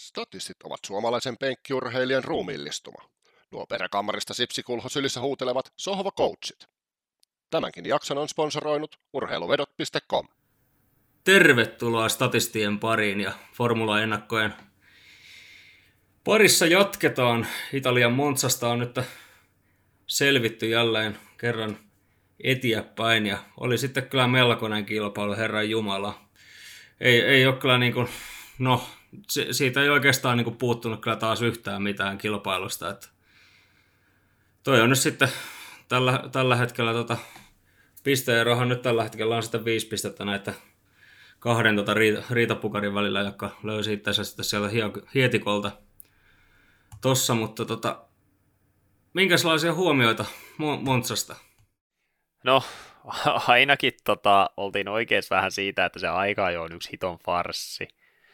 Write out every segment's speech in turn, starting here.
Statistit ovat suomalaisen penkkiurheilijan ruumiillistuma. Nuo peräkammarista sipsikulho sylissä huutelevat sohvacoachit. Tämänkin jakson on sponsoroinut urheiluvedot.com. Tervetuloa statistien pariin ja formula-ennakkojen parissa jatketaan. Italian Monzasta on nyt selvitty jälleen kerran eteenpäin ja oli sitten kyllä melkoinen kilpailu, herran jumala. Ei ole kyllä niin kuin, siitä ei oikeastaan niin kuin puuttunut kyllä taas yhtään mitään kilpailusta. Että toi on nyt sitten tällä hetkellä pisteerohan nyt tällä hetkellä on sitten 5 pistettä näitä kahden riitapukarin välillä, joka löysi itsensä sitten sieltä hietikolta tossa, mutta minkälaisia huomioita Monzasta? No, ainakin oltiin oikeassa vähän siitä, että se aika jo on yksi hiton farssi.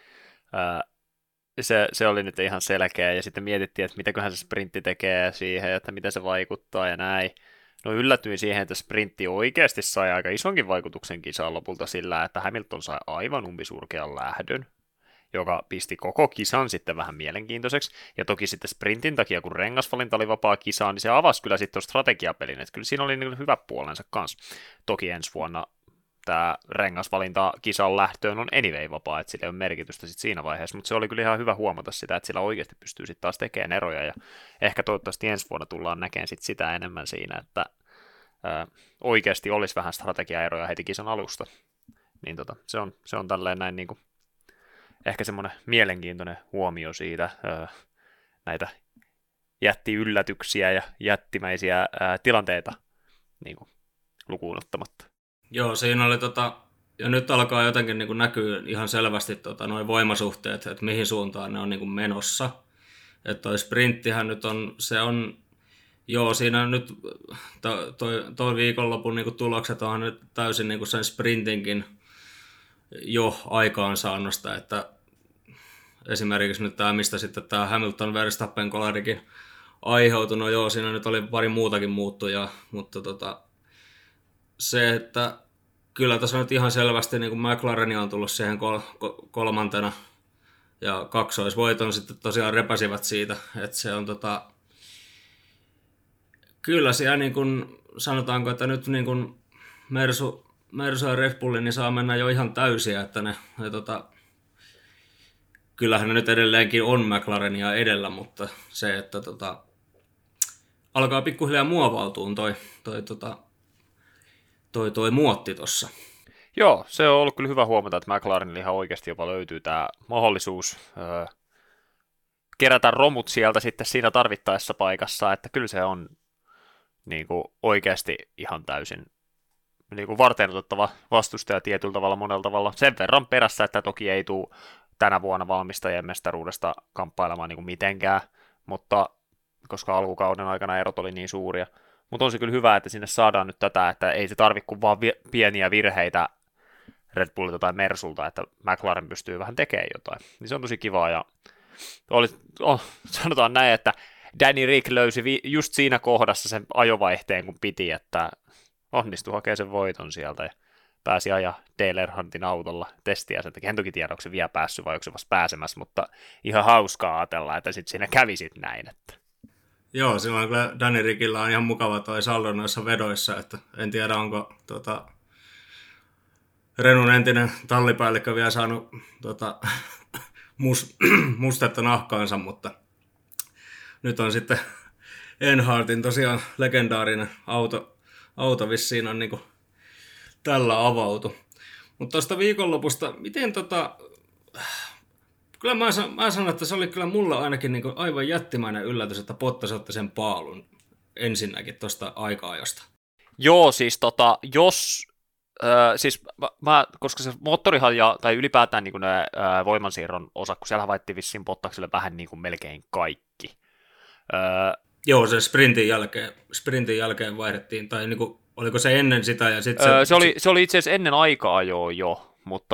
Se oli nyt ihan selkeä, ja sitten mietittiin, että mitäköhän se sprintti tekee siihen, että miten se vaikuttaa ja näin. No yllätyin siihen, että sprintti oikeasti sai aika isonkin vaikutuksen kisaan lopulta sillä, että Hamilton sai aivan umpisurkean lähdön, joka pisti koko kisan sitten vähän mielenkiintoiseksi. Ja toki sitten sprintin takia, kun rengasvalinta oli vapaa kisaan, niin se avasi kyllä sitten strategiapelin, että kyllä siinä oli niin hyvä puolensa kanssa. Toki ensi vuonna tämä rengasvalinta kisan lähtöön on anyway vapaa, että sillä ei ole merkitystä sitten siinä vaiheessa, mutta se oli kyllä ihan hyvä huomata sitä, että sillä oikeasti pystyy sitten taas tekemään eroja, ja ehkä toivottavasti ensi vuonna tullaan näkemään sitten sitä enemmän siinä, että oikeasti olisi vähän strategiaeroja heti kisan alusta. Niin se on tälleen näin niin kuin ehkä semmoinen mielenkiintoinen huomio siitä, näitä jättiyllätyksiä ja jättimäisiä tilanteita niin kuin lukuun ottamatta. Joo, siinä oli ja nyt alkaa jotenkin niin kuin näkyy ihan selvästi nuo voimasuhteet, että mihin suuntaan ne on niin kuin menossa. Että toi sprinttihän nyt siinä nyt toi viikonlopun niin kuin tulokset on nyt täysin niin kuin sen sprintinkin jo aikaansaannosta, että esimerkiksi nyt tämä, mistä sitten tämä Hamilton Verstappen kolarikin aiheutui, no joo, siinä nyt oli pari muutakin muuttujaa, mutta se, että kyllä tässä nyt ihan selvästi niin kuin McLaren on tullut siihen kolmantena ja kaksoisvoiton sitten tosiaan repäsivät siitä, että se on kyllä siellä niin kuin sanotaanko, että nyt niin kuin Mersu ja Red Bulli niin saa mennä jo ihan täysiä, että kyllähän ne nyt edelleenkin on McLarenia edellä, mutta se, että alkaa pikkuhiljaa muovautuun toi muotti tossa. Joo, se on ollut kyllä hyvä huomata, että McLarenilla ihan oikeasti jopa löytyy tämä mahdollisuus kerätä romut sieltä sitten siinä tarvittaessa paikassa, että kyllä se on niin kuin oikeasti ihan täysin niin kuin varteenotettava vastustaja tietyllä tavalla, monella tavalla. Sen verran perässä, että toki ei tule tänä vuonna valmistajien mestaruudesta kamppailemaan niin kuin mitenkään, mutta koska alkukauden aikana erot oli niin suuria. Mutta on se kyllä hyvä, että sinne saadaan nyt tätä, että ei se tarvitse kuin vaan pieniä virheitä Red Bullilta tai Mersulta, että McLaren pystyy vähän tekemään jotain. Niin se on tosi kivaa, ja sanotaan näin, että Danny Rick löysi just siinä kohdassa sen ajovaihteen, kun piti, että onnistui hakemaan sen voiton sieltä ja pääsi ajaa Dale Earnhardtin autolla testiä. Sen takia en toki tiedä, onko se vielä päässyt vai onko se vasta pääsemässä, mutta ihan hauskaa ajatella, että sitten siinä kävi sitten näin. Että. Joo, silloin kyllä Danny Rickillä on ihan mukava toi saldo noissa vedoissa, että en tiedä onko Renun entinen tallipäällikkö vielä saanut mustetta nahkaansa, mutta nyt on sitten Earnhardtin tosiaan legendaarinen auto vissiin on niinku tällä avautu. Mutta tuosta viikonlopusta, miten kyllä mä sanon, että se oli kyllä mulla ainakin niinku aivan jättimäinen yllätys, että Bottas otti sen paalun ensinnäkin tuosta aika-ajosta. Joo, siis koska se moottorihan tai ylipäätään niin ne voimansiirron osa, kun siellä havaittiin vissiin Bottakselle vähän niin kuin melkein kaikki. Joo, se sprintin jälkeen vaihdettiin, tai niin kuin, oliko se ennen sitä? Ja sit se oli itse asiassa ennen aikaa jo, mutta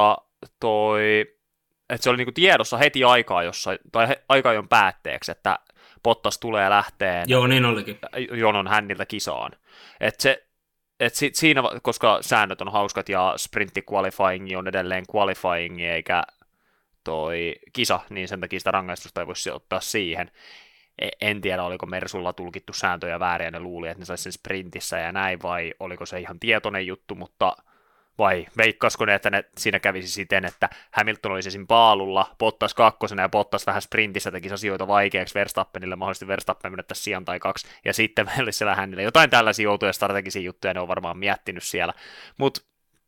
että se oli niin kuin tiedossa heti aika-ajon päätteeksi, että Bottas tulee lähteen. Joo, niin olikin. Jonon hänniltä kisaan. Siinä, koska säännöt on hauskat ja sprintti qualifying on edelleen qualifying eikä toi kisa, niin sen takia sitä rangaistusta ei voisi ottaa siihen. En tiedä, oliko Mersulla tulkittu sääntöjä väärin ja ne luuli, että ne saisi sen sprintissä ja näin, vai oliko se ihan tietoinen juttu, mutta vai veikkasko ne, että ne siinä kävisi siten, että Hamilton olisi esim. Paalulla, Bottas kakkosena ja Bottas vähän sprintissä tekisi asioita vaikeaksi Verstappenille, mahdollisesti Verstappen menettäisi sijan tai 2, ja sitten meillä olisi siellä hänelle jotain tällaisia outoja strategisia juttuja, ne on varmaan miettinyt siellä, mutta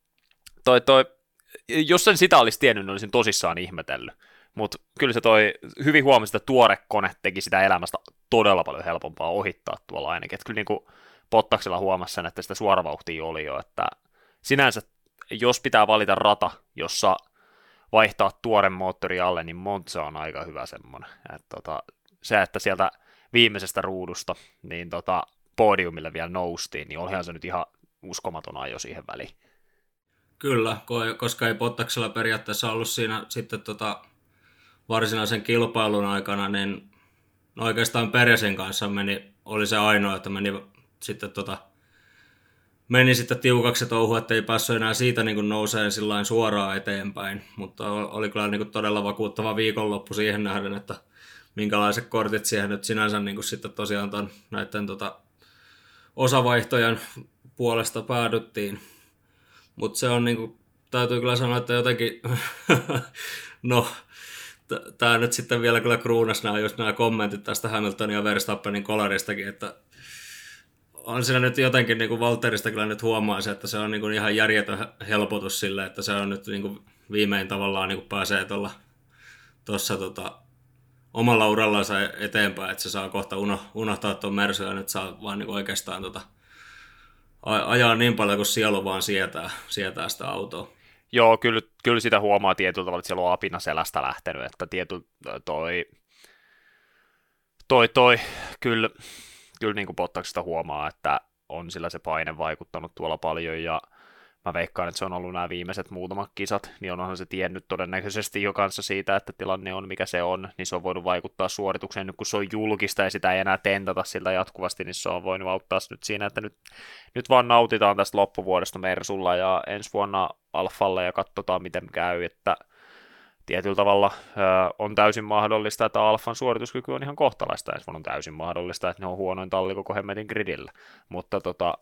jos en sitä olisi tiennyt, niin olisin tosissaan ihmetellyt. Mutta kyllä se hyvin huomasi, että tuore kone teki sitä elämästä todella paljon helpompaa ohittaa tuolla ainakin. Että kyllä niin kuin Bottaksella huomasi sen, että sitä suoravauhtia oli jo. Että sinänsä, jos pitää valita rata, jossa vaihtaa tuoren moottori alle, niin Monza on aika hyvä semmoinen. Se, että sieltä viimeisestä ruudusta niin podiumille vielä noustiin, niin olihan se nyt ihan uskomaton ajo siihen väliin. Kyllä, koska ei Bottaksella periaatteessa ollut siinä sitten varsinaisen kilpailun aikana, niin oikeastaan Peresin kanssa oli se ainoa, että meni sitten tiukaksi touhu, että ei päässyt enää siitä niin kuin nouseen sillain suoraan eteenpäin, mutta oli kyllä niin kuin todella vakuuttava viikonloppu siihen nähden, että minkälaiset kortit siihen nyt sinänsä niin kuin sitten tosiaan näiden osavaihtojen puolesta päädyttiin. Mutta se on niinku, täytyy kyllä sanoa, että jotenkin, no, tämä nyt sitten vielä kyllä kruunas nämä kommentit tästä Hamiltonin ja Verstappenin kolaristakin, että on siinä nyt jotenkin, niin kuin Valtterista kyllä nyt huomaa se, että se on niin kuin ihan järjetön helpotus sille, että se on nyt niin kuin viimein tavallaan niin kuin pääsee tuossa omalla urallansa eteenpäin, että se saa kohta unohtaa tuon Mersun ja nyt saa vaan niin kuin oikeastaan ajaa niin paljon kuin sielu vaan sietää sitä autoa. Joo, kyllä sitä huomaa tietyllä tavalla, että siellä on apina selästä lähtenyt, että kyllä niin kuin Bottaksesta huomaa, että on sillä se paine vaikuttanut tuolla paljon, ja mä veikkaan, että se on ollut nämä viimeiset muutamat kisat, niin onhan se tiennyt todennäköisesti jo kanssa siitä, että tilanne on mikä se on, niin se on voinut vaikuttaa suoritukseen, nyt kun se on julkista ja sitä ei enää tentata siltä jatkuvasti, niin se on voinut auttaa nyt siinä, että nyt vaan nautitaan tästä loppuvuodesta Mersulla ja ensi vuonna Alfalla ja katsotaan miten käy, että tietyllä tavalla on täysin mahdollista, että Alfan suorituskyky on ihan kohtalaista, ensi vuonna on täysin mahdollista, että ne on huonoin talli koko hemmetin gridillä, mutta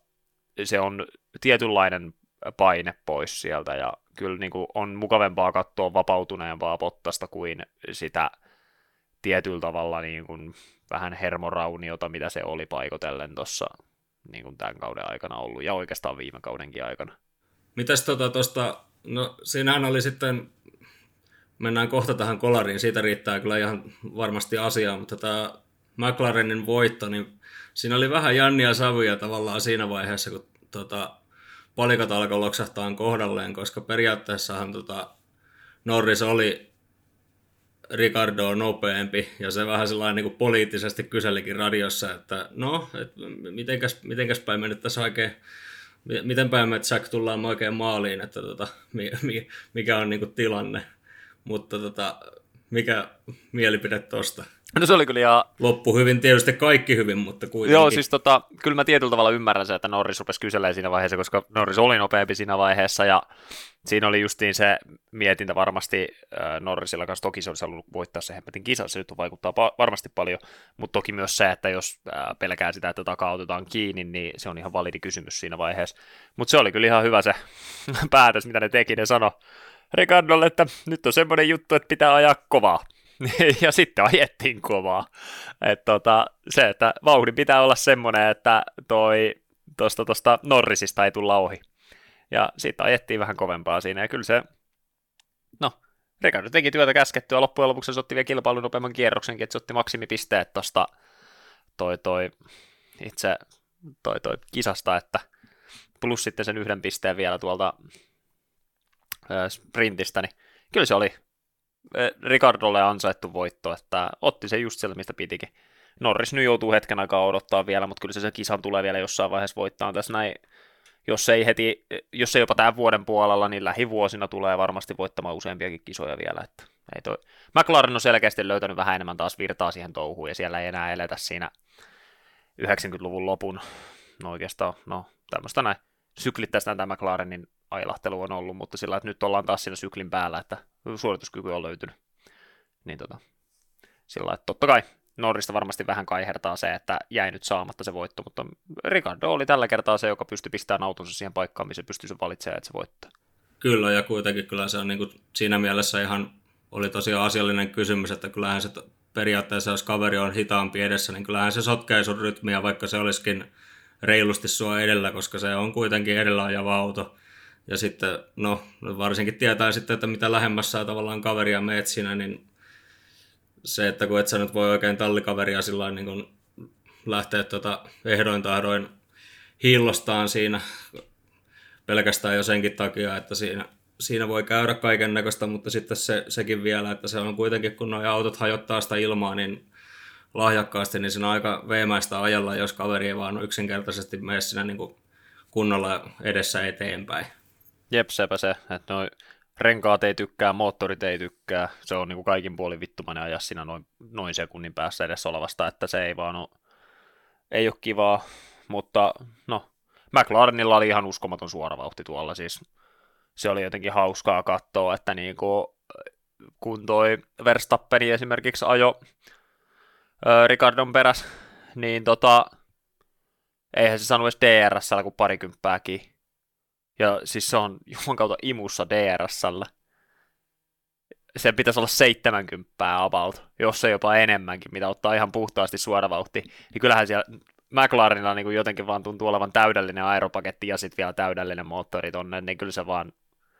se on tietynlainen paine pois sieltä, ja kyllä niin kuin on mukavempaa katsoa vapautuneempaa Bottasta kuin sitä tietyllä tavalla niin kuin vähän hermorauniota, mitä se oli paikotellen tuossa niin kuin tämän kauden aikana ollut, ja oikeastaan viime kaudenkin aikana. Mitäs tuosta, no siinähän oli sitten, mennään kohta tähän kolariin, siitä riittää kyllä ihan varmasti asiaa, mutta tämä McLarenin voitto, niin siinä oli vähän jänniä savuja tavallaan siinä vaiheessa, kun palikat alkoi loksahtaa kohdalleen, koska periaatteessahan Norris oli Ricardoa nopeampi, ja se vähän sellainen niin kuin poliittisesti kyselikin radiossa, että no, mitenkäs päin me nyt tässä oikein, miten päin me Jack tullaan oikein maaliin, että mikä on niin kuin tilanne, mutta mikä mielipide tosta? No se oli kyllä ihan... Loppu hyvin, tietysti kaikki hyvin, mutta kuitenkin. Joo, siis kyllä mä tietyllä tavalla ymmärrän se, että Norris rupesi kyselemään siinä vaiheessa, koska Norris oli nopeampi siinä vaiheessa, ja siinä oli justiin se mietintä varmasti Norrisilla kanssa, toki se olisi halunnut voittaa se hemmetin kisa, se nyt vaikuttaa varmasti paljon, mutta toki myös se, että jos pelkää sitä, että takaa otetaan kiinni, niin se on ihan validi kysymys siinä vaiheessa. Mutta se oli kyllä ihan hyvä se päätös, mitä ne teki, ne sanoi Ricardolle, että nyt on semmoinen juttu, että pitää ajaa kovaa. Ja sitten ajettiin kovaa. Se, että vauhdin pitää olla semmoinen, että tuosta Norrisista ei tulla ohi. Ja sitten ajettiin vähän kovempaa siinä. Ja kyllä se, no, Ricardo teki työtä käskettyä. Loppujen lopuksi se otti vielä kilpailun nopeamman kierroksenkin, että se otti maksimipisteet tuosta itse kisasta, että plus sitten sen yhden pisteen vielä tuolta sprintistä, niin kyllä se oli Ricardolle ansaittu voitto, että otti se just sieltä, mistä pitikin. Norris nyt joutuu hetken aikaa odottaa vielä, mutta kyllä se kisan tulee vielä jossain vaiheessa voittaa tässä näin. Jos ei jopa tämän vuoden puolella, niin lähivuosina tulee varmasti voittamaan useampiakin kisoja vielä. Että McLaren on selkeästi löytänyt vähän enemmän taas virtaa siihen touhuun, ja siellä ei enää eletä siinä 90-luvun lopun, no oikeastaan, tämmöistä näin. Syklittäistä tämä McLarenin ailahtelu on ollut, mutta sillä että nyt ollaan taas siinä syklin päällä, että suorituskyky on löytynyt. Niin sillä että totta kai Norrista varmasti vähän kaihertaa se, että jäi nyt saamatta se voitto, mutta Ricciardo oli tällä kertaa se, joka pystyi pistämään autonsa siihen paikkaan, missä pystyi sen valitsemaan, että se voittaa. Kyllä, ja kuitenkin kyllä se on niin kuin siinä mielessä ihan oli tosiaan asiallinen kysymys, että kyllähän se periaatteessa, jos kaveri on hitaampi edessä, niin kyllähän se sotkee sun rytmiä, vaikka se olisikin reilusti sua edellä, koska se on kuitenkin edellä ajava auto. Ja sitten, no varsinkin tietää sitten, että mitä lähemmässä tavallaan kaveria meet siinä, niin se, että kun et sä nyt voi oikein tallikaveria sillä niin kun lähteä ehdoin tahdoin hiillostaan siinä pelkästään jo senkin takia, että siinä voi käydä kaiken näköistä, mutta sitten sekin vielä, että se on kuitenkin, kun nuo autot hajottaa sitä ilmaa niin lahjakkaasti, niin se on aika veemäistä ajalla, jos kaveri ei vaan yksinkertaisesti mene siinä niin kuin kunnolla edessä eteenpäin. Jep, sepä se, että noi renkaat ei tykkää, moottorit ei tykkää, se on niin kuin kaikin puolin vittumainen ajaa siinä noin sekunnin päässä edessä olevasta, että se ei vaan ei ole kivaa, mutta no, McLarenilla oli ihan uskomaton suoravauhti tuolla, siis se oli jotenkin hauskaa katsoa, että niinku, kun toi Verstappeni esimerkiksi ajo Ricciardon perässä, niin eihän se saanut edes DRS:llä kuin parikymppääkin. Ja siis se on juman kautta imussa DRS:llä. Sen pitäisi olla 70 about, jos ei jopa enemmänkin, mitä ottaa ihan puhtaasti suoravauhti. Niin kyllähän siellä McLarenilla niin jotenkin vaan tuntuu olevan täydellinen aeropaketti ja sitten vielä täydellinen moottori tonne, niin kyllä se vaan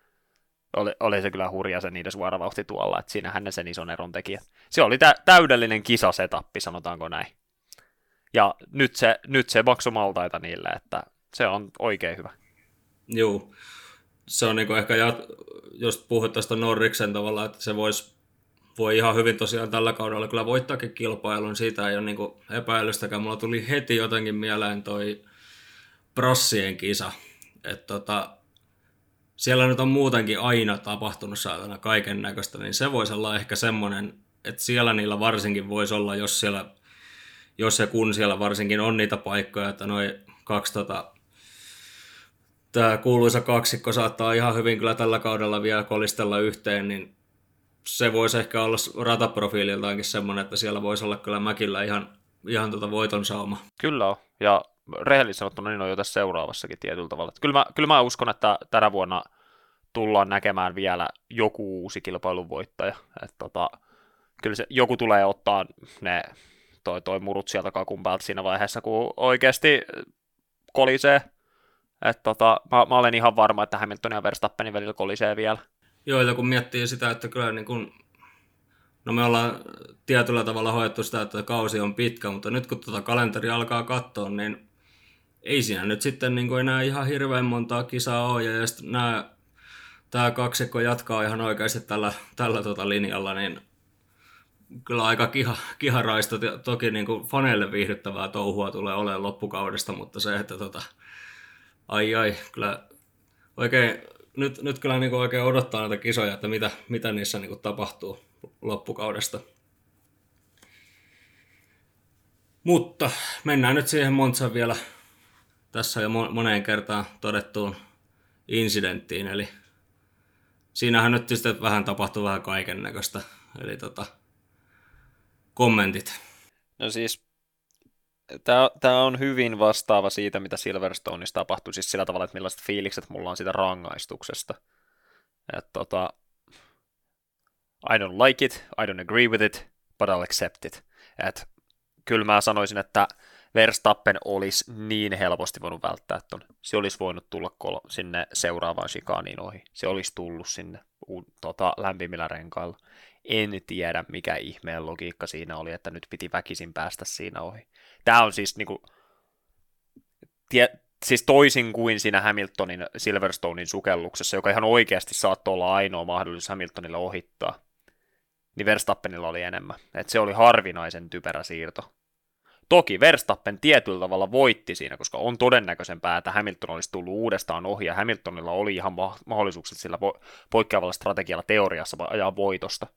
oli se kyllä hurja se niiden suoravauhti tuolla, että siinähän ne sen ison eron tekijät. Se oli täydellinen kisasetappi, sanotaanko näin. Ja nyt se maksoi maltaita niille, että se on oikein hyvä. Joo, se on niinku ehkä, jos puhut tästä Norriksen tavalla, että se voi ihan hyvin tosiaan tällä kaudella kyllä voittaakin kilpailun, siitä ei ole niinku epäilystäkään. Mulla tuli heti jotenkin mieleen toi Prossien kisa, että siellä nyt on muutenkin aina tapahtunut saatana kaiken näköistä, niin se voisi olla ehkä semmoinen, että siellä niillä varsinkin voisi olla, jos ja kun siellä varsinkin on niitä paikkoja, että noi kaksi tämä kuuluisa kaksikko saattaa ihan hyvin kyllä tällä kaudella vielä kolistella yhteen, niin se voisi ehkä olla rataprofiililtaankin semmoinen, että siellä voisi olla kyllä Mäkillä ihan voiton sauma. Kyllä on, ja rehellisesti sanottuna niin on jo tässä seuraavassakin tietyllä tavalla. Kyllä mä uskon, että tänä vuonna tullaan näkemään vielä joku uusi kilpailun voittaja. Kyllä se, joku tulee ottaa ne toi murut sieltä kakun päältä siinä vaiheessa, kun oikeasti kolisee. Mä olen ihan varma, että Hamilton ja Verstappenin välillä kolisee vielä. Joo, ja kun miettii sitä, että kyllä niin kun, no me ollaan tietyllä tavalla hoidettu sitä, että kausi on pitkä, mutta nyt kun kalenteria alkaa katsoa, niin ei siinä nyt sitten niin kuin enää ihan hirveän montaa kisaa ole, ja jos tämä kaksikko jatkaa ihan oikeasti tällä linjalla, niin kyllä aika kiharaista, toki niin kuin faneille viihdyttävää touhua tulee olemaan loppukaudesta, mutta se, että kyllä oikein, nyt kyllä niin kuin oikein odottaa näitä kisoja, että mitä niissä niin kuin tapahtuu loppukaudesta. Mutta mennään nyt siihen Monzaan vielä tässä jo moneen kertaan todettuun incidenttiin, eli siinähän nyt tietysti vähän tapahtui vähän kaiken näköistä, eli kommentit. No siis, tämä on hyvin vastaava siitä, mitä Silverstoneissa tapahtui, siis sillä tavalla, että millaiset fiilikset mulla on siitä rangaistuksesta. Että I don't like it, I don't agree with it, but I'll accept it. Et kyllä mä sanoisin, että Verstappen olisi niin helposti voinut välttää ton. Se olisi voinut tulla sinne seuraavaan chicaniin ohi. Se olisi tullut sinne lämpimillä renkailla. En tiedä, mikä ihmeen logiikka siinä oli, että nyt piti väkisin päästä siinä ohi. Tämä on siis siis toisin kuin siinä Hamiltonin Silverstonein sukelluksessa, joka ihan oikeasti saattoi olla ainoa mahdollisuus Hamiltonille ohittaa, niin Verstappenilla oli enemmän. Et se oli harvinaisen typerä siirto. Toki Verstappen tietyllä tavalla voitti siinä, koska on todennäköisempää, että Hamilton olisi tullut uudestaan ohi, ja Hamiltonilla oli ihan mahdollisuukset sillä poikkeavalla strategialla teoriassa ajaa voitosta.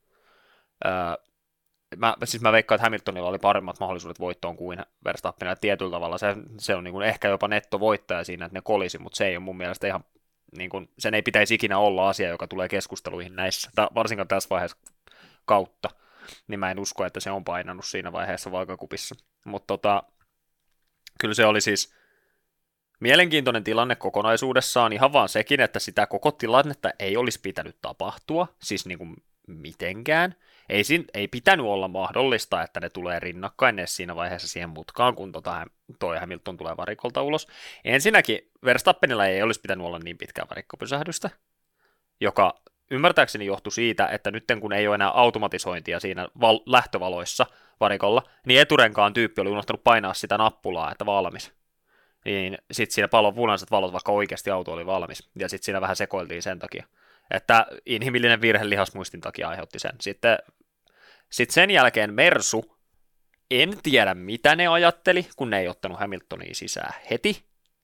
Mä veikkaan, että Hamiltonilla oli paremmat mahdollisuudet voittoon kuin Verstappenilla tietyllä tavalla. Se on niin kuin ehkä jopa nettovoittaja siinä, että ne kolisi, mutta se ei ole mun mielestä ihan, niin kuin, sen ei pitäisi ikinä olla asia, joka tulee keskusteluihin näissä, varsinkaan tässä vaiheessa kautta. niin mä en usko, että se on painanut siinä vaiheessa vaakakupissa. Mutta kyllä se oli siis mielenkiintoinen tilanne kokonaisuudessaan, ihan vaan sekin, että sitä koko tilannetta ei olisi pitänyt tapahtua, siis niin kuin mitenkään. Ei pitänyt olla mahdollista, että ne tulee rinnakkain edes siinä vaiheessa siihen mutkaan, kun toi Hamilton tulee varikolta ulos. Ensinnäkin Verstappenilla ei olisi pitänyt olla niin pitkää varikkopysähdystä, joka ymmärtääkseni johtui siitä, että nyt kun ei ole enää automatisointia siinä lähtövaloissa varikolla, niin eturenkaan tyyppi oli unohtanut painaa sitä nappulaa, että valmis. Niin sitten siinä palon punaiset valot, vaikka oikeasti auto oli valmis. Ja sitten siinä vähän sekoiltiin sen takia. Että inhimillinen virhe lihasmuistin takia aiheutti sen. Sitten sen jälkeen Mersu, en tiedä mitä ne ajatteli, kun ne ei ottanut Hamiltonia sisään heti.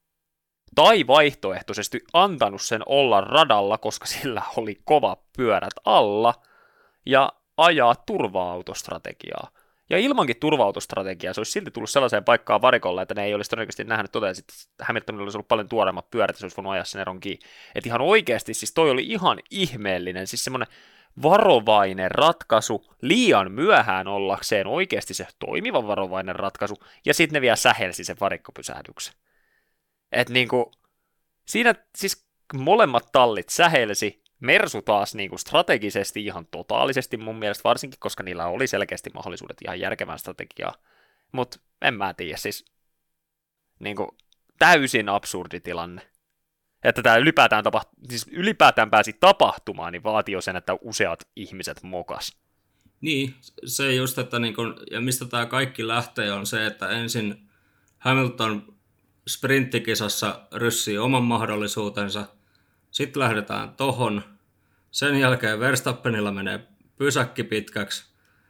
Tai vaihtoehtoisesti antanut sen olla radalla, koska sillä oli kova pyörät alla. Ja ajaa turva-autostrategiaa. Ja ilmankin turva-autostrategiaa se olisi silti tullut sellaiseen paikkaan varikolla, että ne ei olisi todennäköisesti nähnyt että Hamiltonilla olisi ollut paljon tuoreemmat pyörät, ja se olisi voinut ajaa sen eron kiinni. Että ihan oikeasti, siis toi oli ihan ihmeellinen, siis semmoinen varovainen ratkaisu, liian myöhään ollakseen oikeasti se toimiva varovainen ratkaisu, ja sitten ne vielä sähelsi sen varikkopysähdyksen. Että niinku, siinä siis molemmat tallit sähelsi, Mersu taas niin kuin strategisesti ihan totaalisesti mun mielestä, varsinkin koska niillä oli selkeästi mahdollisuudet ihan järkevään strategiaa, mutta en mä tiedä, siis niin kuin täysin absurdi tilanne. Että tämä ylipäätään pääsi tapahtumaan, niin vaatii jo sen, että useat ihmiset mokas. Niin, se just, että niin kun, ja mistä tämä kaikki lähtee on se, että ensin Hamilton sprinttikisassa ryssii oman mahdollisuutensa, sitten lähdetään tohon. Sen jälkeen Verstappenilla menee pysäkki pitkäksi.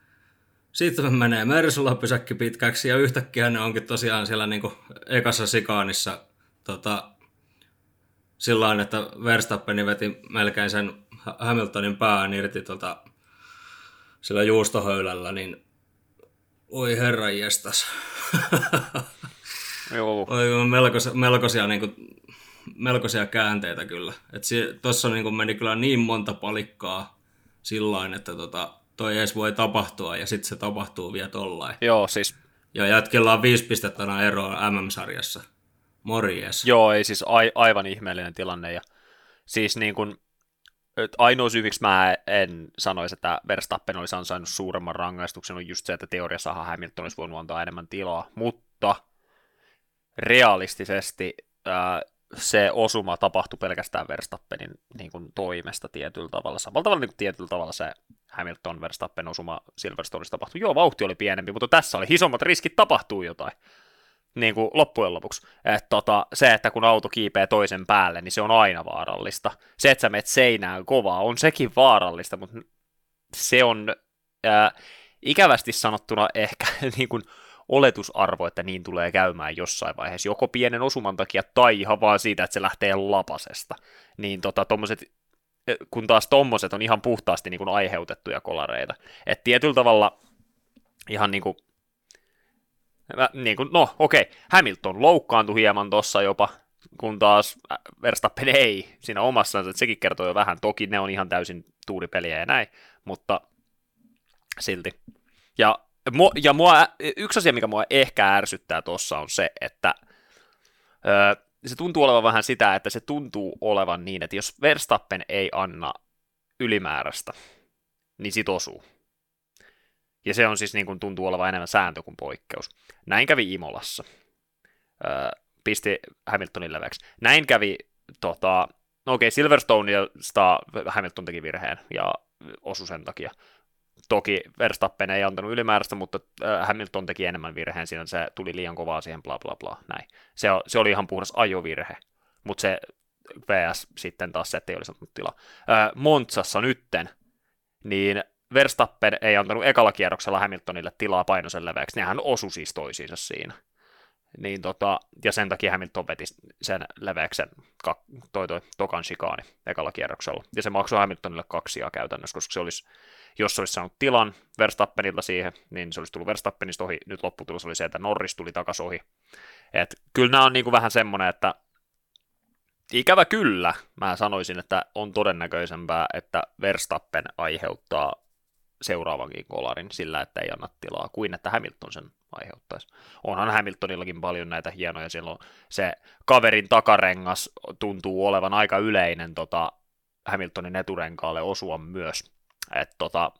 Sitten menee Mersulla pysäkki pitkäksi. Ja yhtäkkiä ne onkin tosiaan siellä niinku ekassa sikaanissa sillain, että Verstappeni veti melkein sen Hamiltonin pään irti sillä juustohöylällä. Niin oi herranjestas. Joo. Melkoisia käänteitä kyllä. Tuossa niin meni kyllä niin monta palikkaa sillain, että toi edes voi tapahtua, ja sitten se tapahtuu vielä tollain. Joo, siis. Ja jätkellä on 5 pistettä eroa MM-sarjassa. Morjes. Joo, ei siis aivan ihmeellinen tilanne. Ja siis niin kuin, ainoa syy, miksi mä en sanoisi, että Verstappen olisi ansainnut suuremman rangaistuksen, on just se, että teoriassa Hamilton olisi voinut antaa enemmän tilaa, mutta realistisesti se osuma tapahtui pelkästään Verstappenin niin kuin toimesta tietyllä tavalla. Samalla tavalla niin kuin tietyllä tavalla se Hamilton-Verstappen osuma Silverstoneissa tapahtui. Joo, vauhti oli pienempi, mutta tässä oli isommat riskit, tapahtuu jotain. Niin kuin loppujen lopuksi. Se, että kun auto kiipee toisen päälle, niin se on aina vaarallista. Se, että sä menet seinään kovaa, on sekin vaarallista, mutta se on ikävästi sanottuna ehkä niin kuin oletusarvo, että niin tulee käymään jossain vaiheessa, joko pienen osuman takia tai ihan vaan siitä, että se lähtee lapasesta. Niin tommoset, kun taas tommoset on ihan puhtaasti niin kuin aiheutettuja kolareita. Että tietyllä tavalla ihan niin kuin, no okei, Hamilton loukkaantui hieman tossa jopa, kun taas Verstappen ei siinä omassansa, että sekin kertoo jo vähän. Toki ne on ihan täysin tuuripeliä ja näin, mutta silti. Ja yksi asia, mikä mua ehkä ärsyttää tuossa on se, että se tuntuu olevan vähän sitä, että se tuntuu olevan niin, että jos Verstappen ei anna ylimääräistä, niin sit osuu. Ja se on siis niin kuin tuntuu olevan enemmän sääntö kuin poikkeus. Näin kävi Imolassa. Pisti Hamiltonin leveäksi. Näin kävi, Silverstoneista Hamilton teki virheen ja osui sen takia. Toki Verstappen ei antanut ylimääräistä, mutta Hamilton teki enemmän virheen, siinä se tuli liian kovaa siihen bla bla bla, näin. Se oli ihan puhdas ajovirhe, mutta se VS sitten taas se, että ei olisi antanut tilaa. Monzassa nytten, niin Verstappen ei antanut ekalla kierroksella Hamiltonille tilaa painoisen leveäksi, nehän osui siis toisiinsa siinä. Niin ja sen takia Hamilton veti sen leveäksen tokan shikaani ekalla kierroksella. Ja se maksoi Hamiltonille 2 käytännössä, koska se olisi, jos se olisi saanut tilan Verstappenilta siihen, niin se olisi tullut Verstappenista ohi. Nyt lopputulos oli se, että Norris tuli takaisin ohi. Et kyllä nämä on niinku vähän semmoinen, että ikävä kyllä, mä sanoisin, että on todennäköisempää, että Verstappen aiheuttaa seuraavankin kolarin sillä, että ei anna tilaa, kuin että Hamilton sen aiheuttaisi. Onhan Hamiltonillakin paljon näitä hienoja, silloin se kaverin takarengas tuntuu olevan aika yleinen Hamiltonin eturenkaalle osua myös, että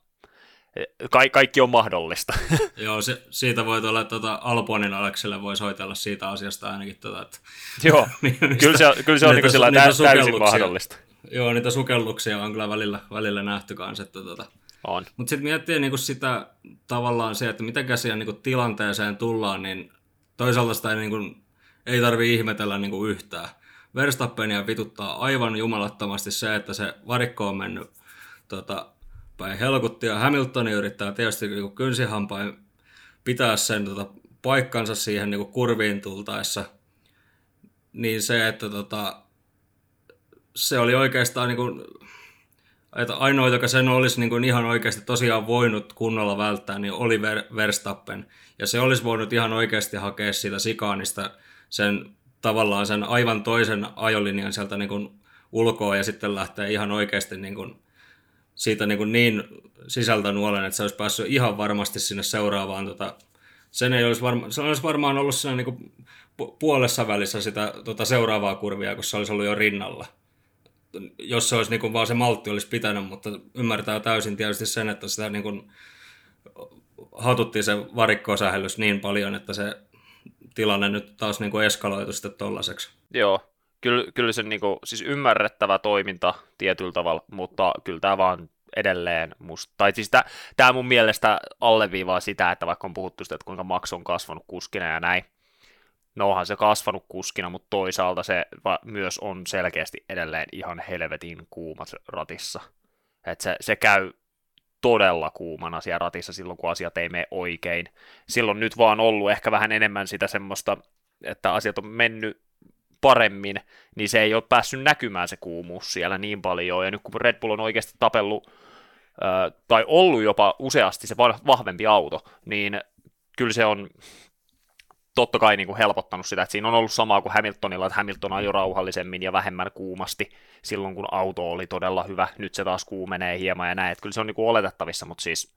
kaikki on mahdollista. Joo, siitä voi tuolla Albonin Alekselle voi soitella siitä asiasta ainakin. Että Joo, kyllä se on niin sillä täysin mahdollista. Joo, niitä sukelluksia on kyllä välillä nähty kanssa. On. Mutta sitten miettii niinku sitä tavallaan se, että miten siihen niinku tilanteeseen tullaan, niin toisaalta sitä ei tarvitse ihmetellä niinku yhtään. Verstappenia vituttaa aivan jumalattomasti se, että se varikko on mennyt päin helkuttia. Hamiltoni yrittää tietysti niinku kynsihampain pitää sen paikkansa siihen niinku kurviin tultaessa. Niin se, että se oli oikeastaan niinku, että ainoa, joka sen olisi niin kuin ihan oikeasti tosiaan voinut kunnolla välttää, niin oli Verstappen. Ja se olisi voinut ihan oikeasti hakea siitä sikaanista tavallaan sen aivan toisen ajolinjan sieltä niin kuin ulkoa ja sitten lähteä ihan oikeasti siitä niin sisältä nuolen, että se olisi päässyt ihan varmasti sinne seuraavaan. Se olisi varmaan ollut siinä niin kuin puolessa välissä sitä seuraavaa kurvia, kun se olisi ollut jo rinnalla. Jos se olisi niin kuin vaan se maltti olisi pitänyt, mutta ymmärtää täysin tietysti sen, että sitä niin kuin hatuttiin se varikko-sähellys niin paljon, että se tilanne nyt taas niin kuin eskaloitu sitten tollaiseksi. Joo, kyllä se niin kuin, siis ymmärrettävä toiminta tietyllä tavalla, mutta kyllä tämä vaan edelleen tai siis tämä mun mielestä alleviivaa sitä, että vaikka on puhuttu sitä, että kuinka Max on kasvanut kuskina ja näin, no onhan se kasvanut kuskina, mutta toisaalta se myös on selkeästi edelleen ihan helvetin kuumat ratissa. Että se käy todella kuumana siellä ratissa silloin, kun asiat ei mene oikein. Silloin nyt vaan ollut ehkä vähän enemmän sitä semmoista, että asiat on mennyt paremmin, niin se ei ole päässyt näkymään se kuumuus siellä niin paljon. Ja nyt kun Red Bull on oikeasti tapellut, tai ollut jopa useasti se vahvempi auto, niin kyllä se on totta kai niin kuin helpottanut sitä, että siinä on ollut samaa kuin Hamiltonilla, että Hamilton ajoi rauhallisemmin ja vähemmän kuumasti silloin, kun auto oli todella hyvä. Nyt se taas kuumenee hieman ja näin, että kyllä se on niin kuin oletettavissa, mutta siis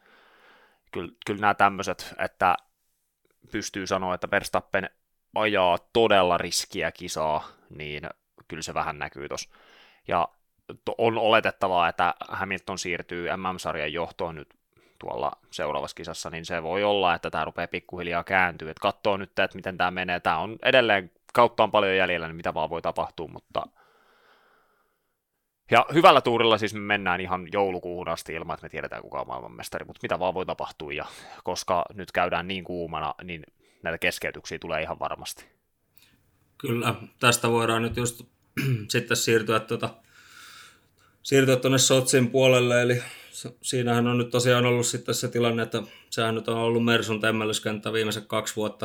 kyllä nämä tämmöiset, että pystyy sanoa, että Verstappen ajaa todella riskiä kisaa, niin kyllä se vähän näkyy tuossa. Ja on oletettavaa, että Hamilton siirtyy MM-sarjan johtoon nyt tuolla seuraavassa kisassa, niin se voi olla, että tämä rupeaa pikkuhiljaa kääntyä. Että katsoo nyt, että miten tämä menee. Tämä on edelleen, kautta on paljon jäljellä, niin mitä vaan voi tapahtua, mutta ja hyvällä tuurilla siis me mennään ihan joulukuuhun asti ilman, että me tiedetään kuka on maailmanmestari, mutta mitä vaan voi tapahtua, ja koska nyt käydään niin kuumana, niin näitä keskeytyksiä tulee ihan varmasti. Kyllä, tästä voidaan nyt just sitten siirtyä tuonne Sotsin puolelle, eli siinähän on nyt tosiaan ollut sitten se tilanne, että sehän nyt on ollut Mersun temmellyskenttä viimeiset 2 vuotta.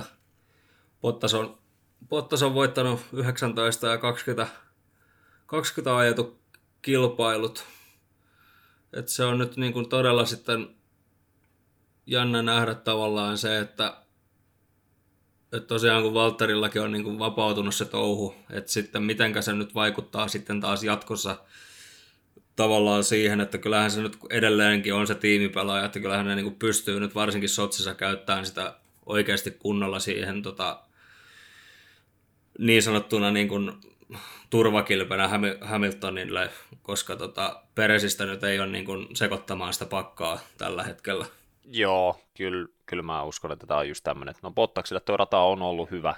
Bottas on voittanut 19 ja 20 ajetut kilpailut. Et se on nyt niin kuin todella sitten jännä nähdä tavallaan se, että tosiaan kun Valtterillakin on niin kuin vapautunut se touhu, että sitten mitenkä se nyt vaikuttaa sitten taas jatkossa tavallaan siihen, että kyllähän se nyt edelleenkin on se tiimipelaaja, että kyllähän ne niin kuin pystyy nyt varsinkin Sotsissa käyttämään sitä oikeasti kunnolla siihen niin sanottuna niin kuin turvakilpenä Hamiltonille, koska Peresistä nyt ei ole niin kuin sekoittamaan sitä pakkaa tällä hetkellä. Joo, kyllä mä uskon, että tämä on just tämmöinen. No Bottaksille tuo rata on ollut hyvä.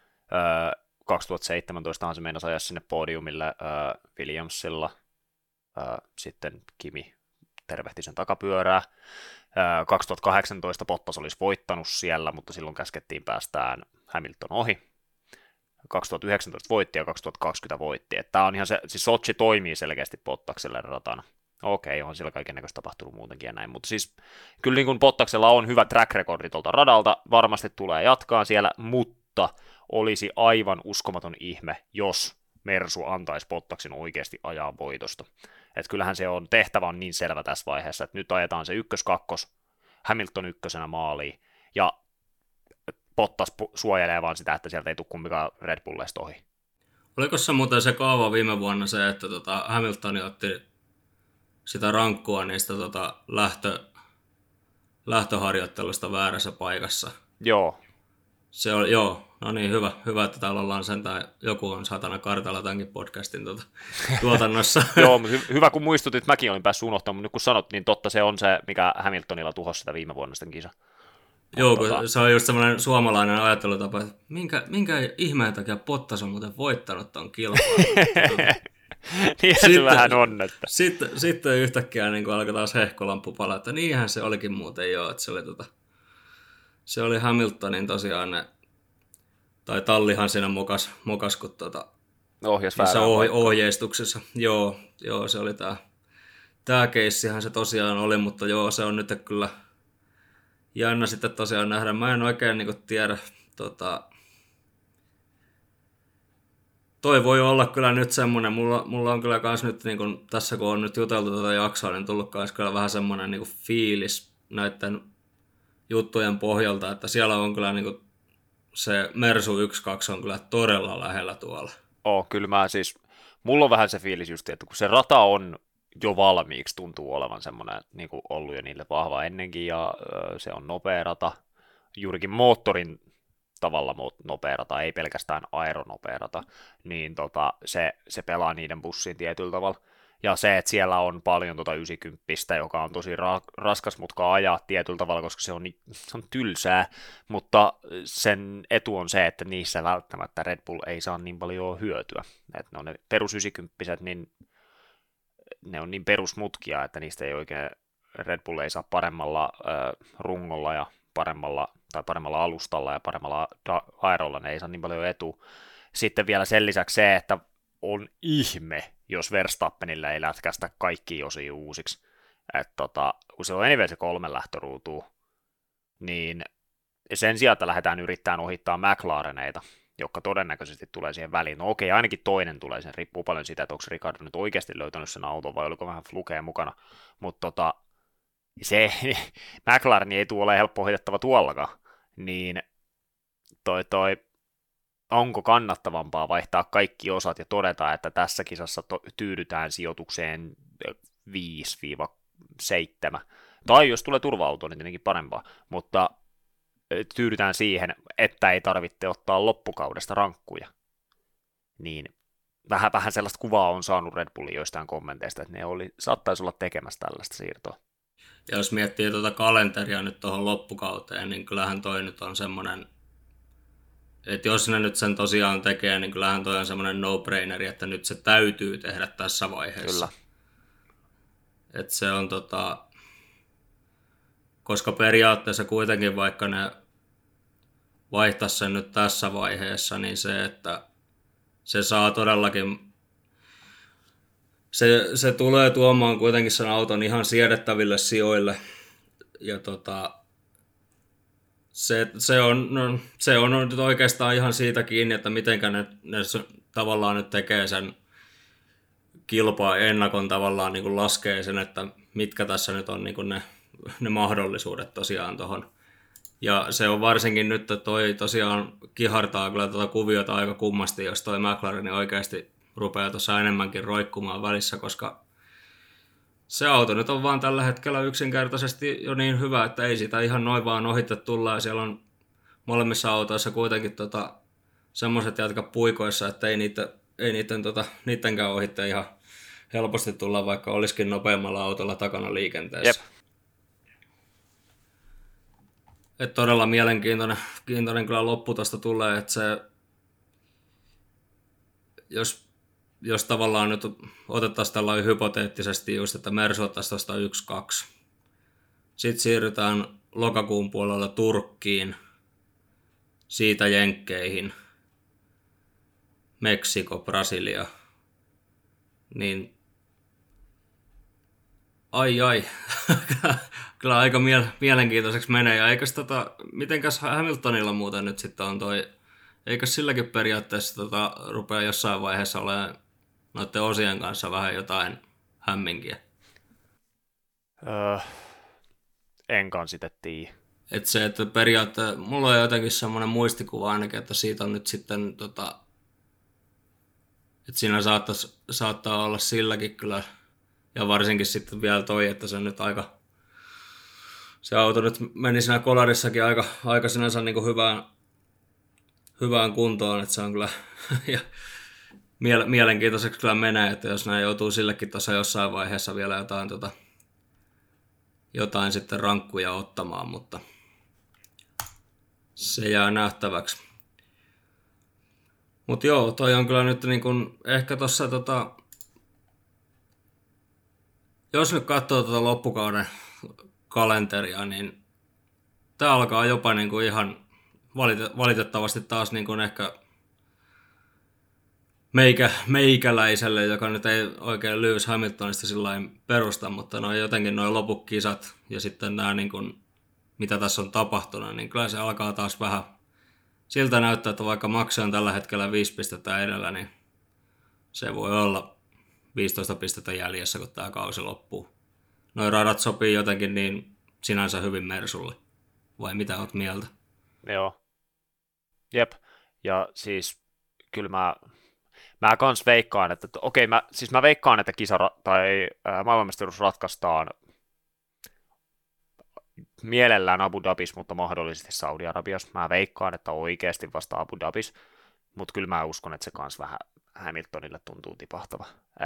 2017 se meinasi ajaa sinne podiumille Williamsilla. Sitten Kimi tervehti sen takapyörää. 2018 Bottas olisi voittanut siellä, mutta silloin käskettiin päästään Hamilton ohi. 2019 voitti ja 2020 voitti. Tämä on ihan se, siis Sochi toimii selkeästi Bottakselle ratana. Okei, on siellä kaikennäköistä tapahtunut muutenkin ja näin, mutta siis kyllä niin kuin Bottaksella on hyvä track recordi tuolta radalta, varmasti tulee jatkaa siellä, mutta olisi aivan uskomaton ihme, jos Mersu antaisi Bottaksen oikeasti ajaa voitosta. Että kyllähän se on, tehtävä on niin selvä tässä vaiheessa, että nyt ajetaan se 1-2, Hamilton ykkösenä maaliin, ja Bottas suojelee vaan sitä, että sieltä ei tule kumpikaan Red Bullista ohi. Oliko se muuten se kaava viime vuonna se, että Hamilton otti sitä rankkua niistä lähtöharjoittelusta väärässä paikassa. Joo. Se oli, no niin, hyvä, että täällä ollaan sentään, joku on satana kartalla tämänkin podcastin tuotannossa. Joo, mutta hyvä kun muistutit, mäkin olin päässyt unohtamaan, mutta nyt kun sanot, niin totta se on se, mikä Hamiltonilla tuhosi sitä viime vuonna sitten kisa. Joo, kun se on just semmoinen suomalainen ajattelutapa, että minkä ihmeen takia Bottas on muuten voittanut ton kilpailun. Niin se vähän on, että. Sitten yhtäkkiä niin alkoi taas hehkolamppu palaa, että niinhän se olikin muuten jo, että se oli Hamiltonin tosiaan tai tallihan siinä mokas kun ohjas ohjeistuksessa. Joo, se oli tää keissihän se tosiaan oli, mutta joo, se on nyt kyllä jännä sitten tosiaan nähdä. Mä en oikein niin kuin tiedä, toi voi olla kyllä nyt semmoinen, mulla on kyllä kans nyt, niin kun, tässä kun on nyt juteltu tätä jaksoa, niin tullut kans kyllä vähän semmoinen niin kuin fiilis näiden juttujen pohjalta, että siellä on kyllä niin kuin, se Mersu 1-2 on kyllä todella lähellä tuolla. Kyllä mulla on vähän se fiilis just, että kun se rata on jo valmiiksi, tuntuu olevan semmoinen niin kuin ollut jo niille vahva ennenkin, ja se on nopea rata, juurikin moottorin tavalla nopea rata, ei pelkästään aeronopea rata, niin se pelaa niiden bussiin tietyllä tavalla. Ja se, että siellä on paljon 90, joka on tosi raskas mutka ajaa tietyllä tavalla, koska se on tylsää, mutta sen etu on se, että niissä välttämättä Red Bull ei saa niin paljon hyötyä. Että ne perus 90, niin ne on niin perusmutkia, että niistä ei oikein Red Bull ei saa paremmalla rungolla ja paremmalla alustalla ja paremmalla aerolla, ne ei saa niin paljon etua. Sitten vielä sen lisäksi se, että on ihme, jos Verstappenillä ei lätkästä kaikki osia uusiksi. Kun se on anyway se 3 lähtöruutua, niin sen sijaan, että lähdetään yrittämään ohittaa McLareneita, jotka todennäköisesti tulee siihen väliin. No okei, ainakin toinen tulee, sen riippuu paljon siitä, että onko Ricardo nyt oikeasti löytänyt sen auton vai oliko vähän flukea mukana, mutta se McLaren ei tule ole helppo ohitettava tuollakaan, niin onko kannattavampaa vaihtaa kaikki osat ja todeta, että tässä kisassa tyydytään sijoitukseen 5-7, tai jos tulee turva-auto, niin tietenkin parempaa, mutta tyydytään siihen, että ei tarvitse ottaa loppukaudesta rankkuja. Niin vähän sellaista kuvaa on saanut Red Bullin joistain kommenteista, että ne saattaisi olla tekemässä tällaista siirtoa. Ja jos miettii kalenteria nyt tuohon loppukauteen, niin kyllähän toi nyt on semmoinen, että jos ne nyt sen tosiaan tekee, niin kyllähän toi on semmoinen no-braineri, että nyt se täytyy tehdä tässä vaiheessa. Kyllä. Että se on koska periaatteessa kuitenkin vaikka ne vaihtaisi sen nyt tässä vaiheessa, niin se, että se saa todellakin, se tulee tuomaan kuitenkin sen auton ihan siedettäville sijoille. Ja se on nyt oikeastaan ihan siitä kiinni, että mitenkä ne tavallaan nyt tekee sen kilpaa ennakon tavallaan niin kuin laskee sen, että mitkä tässä nyt on niin kuin ne mahdollisuudet tosiaan tuohon. Ja se on varsinkin nyt, että toi tosiaan kihartaa kyllä kuviota aika kummasti, jos toi McLaren oikeasti rupeaa tuossa enemmänkin roikkumaan välissä, koska se auto nyt on vaan tällä hetkellä yksinkertaisesti jo niin hyvä, että ei sitä ihan noin vaan ohitte tulla, ja siellä on molemmissa autoissa kuitenkin semmoiset jätkä puikoissa, että ei niittenkään ohitte ihan helposti tulla, vaikka olisikin nopeammalla autolla takana liikenteessä. Jep. Että todella mielenkiintoinen kyllä loppu tuosta tulee, että se, jos tavallaan nyt otettaisiin tällainen hypoteettisesti just, että Mersu ottaisi tuosta 1-2. Sitten siirrytään lokakuun puolella Turkkiin, siitä Jenkkeihin, Meksiko, Brasilia, niin ai, kyllä aika mielenkiintoiseksi menee, ja eikös mitenkäs Hamiltonilla muuten nyt sitten on eikös silläkin periaatteessa rupea jossain vaiheessa olemaan noiden osien kanssa vähän jotain hämminkiä? Enkaan sitten tiedä. Että se, että periaatteessa mulla on jotenkin semmoinen muistikuva ainakin, että siitä on nyt sitten että siinä saattaa olla silläkin kyllä, ja varsinkin sitten vielä toi, että se nyt se auto nyt meni siinä kolarissakin aika sinänsä niin kuin hyvään kuntoon, että se on kyllä ja mielenkiintoiseksi kyllä menee, että jos nämä joutuu sillekin tuossa jossain vaiheessa vielä jotain sitten rankkuja ottamaan, mutta se jää nähtäväksi. Mutta joo, toi on kyllä nyt niin kun, ehkä tuossa jos nyt katsoo loppukauden kalenteria, niin tämä alkaa jopa niin kuin ihan valitettavasti taas niin kuin ehkä meikäläiselle, joka nyt ei oikein Lewis Hamiltonista sillain perusta, mutta jotenkin nuo loppukisat ja sitten nämä, niin kuin, mitä tässä on tapahtunut, niin kyllä se alkaa taas vähän siltä näyttää, että vaikka Max on tällä hetkellä 5 pistettä edellä, niin se voi olla 15 pistettä jäljessä, kun tämä kausi loppuu. Noi radat sopii jotenkin niin sinänsä hyvin Mersulle. Vai mitä oot mieltä? Joo. Jep. Ja siis kyllä mä kans veikkaan, että mä veikkaan, että maailmanmestaruus ratkaistaan mielellään Abu Dhabis, mutta mahdollisesti Saudi-Arabiassa. Mä veikkaan, että oikeasti vasta Abu Dhabis, mutta kyllä mä uskon, että se kans vähän Hamiltonille tuntuu tipahtava.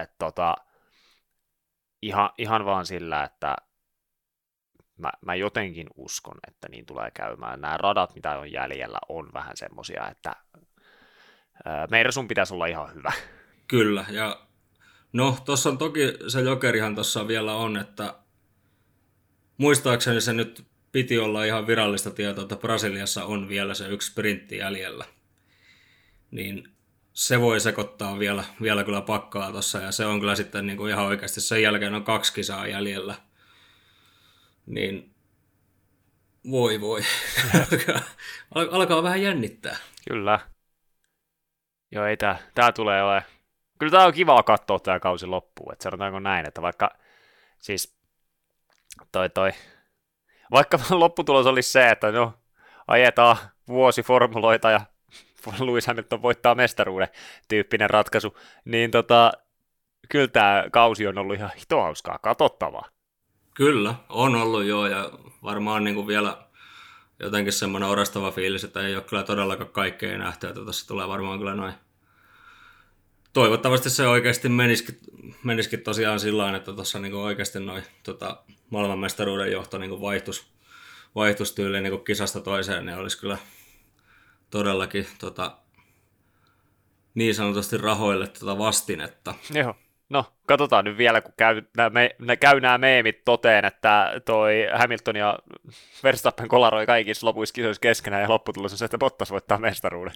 Ihan vaan sillä, että mä jotenkin uskon, että niin tulee käymään. Nämä radat, mitä on jäljellä, on vähän semmosia, että meidän sun pitäisi olla ihan hyvä. Kyllä, ja no tuossa on toki se jokerihan tuossa vielä on, että muistaakseni se nyt piti olla ihan virallista tietoa, että Brasiliassa on vielä se yksi sprintti jäljellä. Niin se voi sekoittaa vielä kyllä pakkaa tuossa, ja se on kyllä sitten niin kuin ihan oikeasti sen jälkeen on 2 kisaa jäljellä. Niin voi. alkaa vähän jännittää. Kyllä. Joo, ei tää tulee ole. Kyllä tää on kivaa katsoa tää kausi loppuun, että sanotaanko näin, että vaikka siis vaikka lopputulos olisi se, että no ajetaan vuosi formuloita ja Lewis Hamilton voittaa mestaruuden tyyppinen ratkaisu, niin kyllä tää kausi on ollut ihan hito hauskaa katsottavaa. Kyllä, on ollut joo, ja varmaan niin kuin vielä jotenkin semmoinen orastava fiilis, että ei ole kyllä todellakaan kaikkea nähty, että tässä tulee varmaan kyllä noin. Toivottavasti se oikeasti menisikin tosiaan sillä tavalla, että tuossa niin oikeasti noin maailmanmestaruuden johto niin vaihtuisi tyyliin niin kisasta toiseen, niin olisi kyllä todellakin niin sanotusti rahoille vastinetta. Joo. No, katsotaan nyt vielä, kun käy nämä meemit toteen, että toi Hamilton ja Verstappen kolaroi kaikissa lopuissa kisoissa keskenään, ja lopputulos on se, että Bottas voittaa mestaruuden.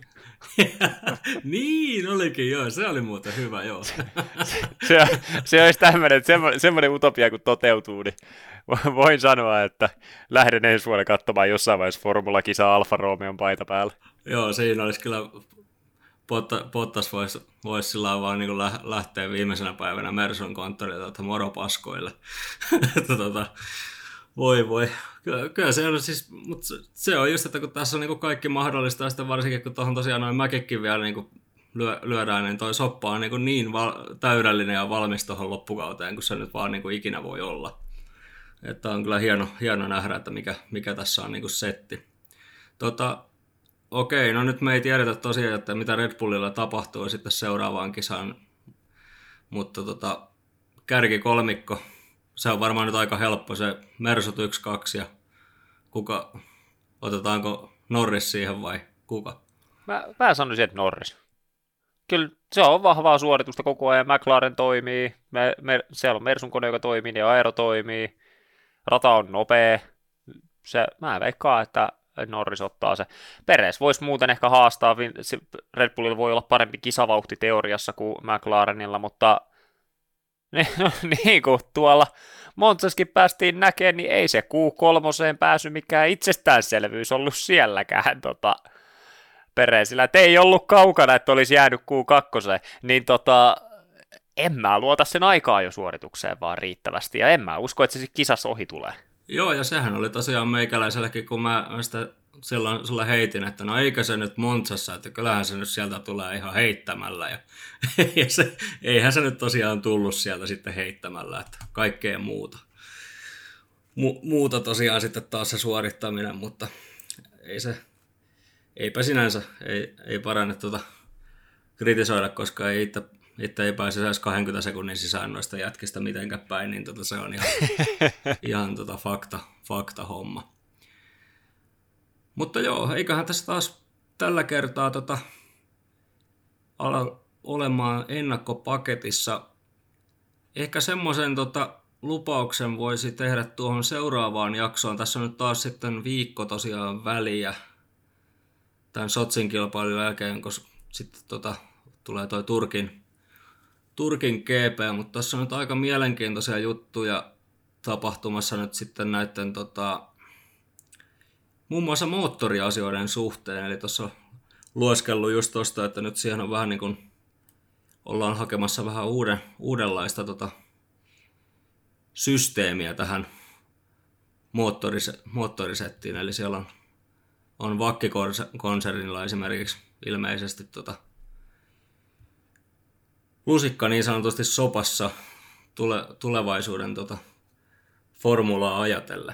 Niin olikin, joo, se oli muuten hyvä, joo. se olisi tämmöinen, semmoinen utopia, kun toteutuu, niin voin sanoa, että lähden ensi vuonna katsomaan jossain vaiheessa Formula-kisaa Alfa Romeon paita päällä. Joo, siinä olisi kyllä Bottas voisi sillä vaan niin lähteä viimeisenä päivänä Mersun konttorilta moro paskoille. Voi. Kyllä se on siis, mutta se on just, että kun tässä on niin kaikki mahdollista, ja sitten varsinkin kun tuohon tosiaan noin mäkekin vielä niin lyödään, niin toi soppa on niin täydellinen ja valmis tuohon loppukauteen, kun se nyt vaan niin ikinä voi olla. Että on kyllä hieno nähdä, että mikä tässä on niin setti. Okei, no nyt me ei tiedetä tosiaan, että mitä Red Bullilla tapahtuu sitten seuraavaan kisaan, mutta kärkikolmikko, se on varmaan nyt aika helppo, se Mersut 1-2 ja otetaanko Norris siihen vai kuka? Mä sanoisin, että Norris. Kyllä se on vahvaa suoritusta koko ajan, McLaren toimii, siellä on Mersun kone, joka toimii, ja Aero toimii, rata on nopea, mä veikkaan, että Norris ottaa se. Perez voisi muuten ehkä haastaa, Red Bullilla voi olla parempi kisavauhti teoriassa kuin McLarenilla, mutta niin kuin tuolla Montsaskin päästiin näkemään, niin ei se Q3 pääsy mikään itsestäänselvyys ollut sielläkään Perezillä, että ei ollut kaukana, että olisi jäänyt Q2, niin en mä luota sen aikaa jo suoritukseen vaan riittävästi, ja en mä usko, että se kisassa ohi tulee. Joo, ja sehän oli tosiaan meikäläiselläkin, kun mä sitä silloin sulle heitin, että no eikä se nyt Montsassa, että kyllähän se nyt sieltä tulee ihan heittämällä. Ja eihän se nyt tosiaan tullut sieltä sitten heittämällä, että kaikkea muuta. muuta tosiaan sitten taas se suorittaminen, mutta eipä sinänsä, ei parane kritisoida, koska itse ei pääse edes 20 sekunnin sisään noista jätkistä mitenkään päin, niin se on ihan fakta homma. Mutta joo, eiköhän tässä taas tällä kertaa ala olemaan ennakkopaketissa. Ehkä semmoisen lupauksen voisi tehdä tuohon seuraavaan jaksoon. Tässä on nyt taas sitten viikko tosiaan väliä tämän Sotsin kilpailun jälkeen, kun sitten tulee toi Turkin GP, mutta tässä on nyt aika mielenkiintoisia juttuja tapahtumassa nyt sitten näiden muun muassa moottoriasioiden suhteen. Eli tuossa on lueskellut just tuosta, että nyt siihen on vähän niin kuin ollaan hakemassa vähän uudenlaista systeemiä tähän moottorisettiin. Eli siellä on Vakki-konsernilla esimerkiksi ilmeisesti lusikka niin sanotusti sopassa tulevaisuuden formulaa ajatellen.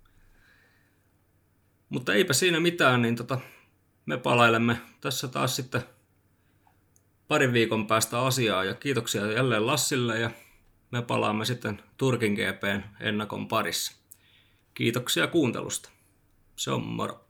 Mutta eipä siinä mitään, niin me palailemme tässä taas sitten parin viikon päästä asiaa. Ja kiitoksia jälleen Lassille ja me palaamme sitten Turkin GP:n ennakon parissa. Kiitoksia kuuntelusta. Se on moro.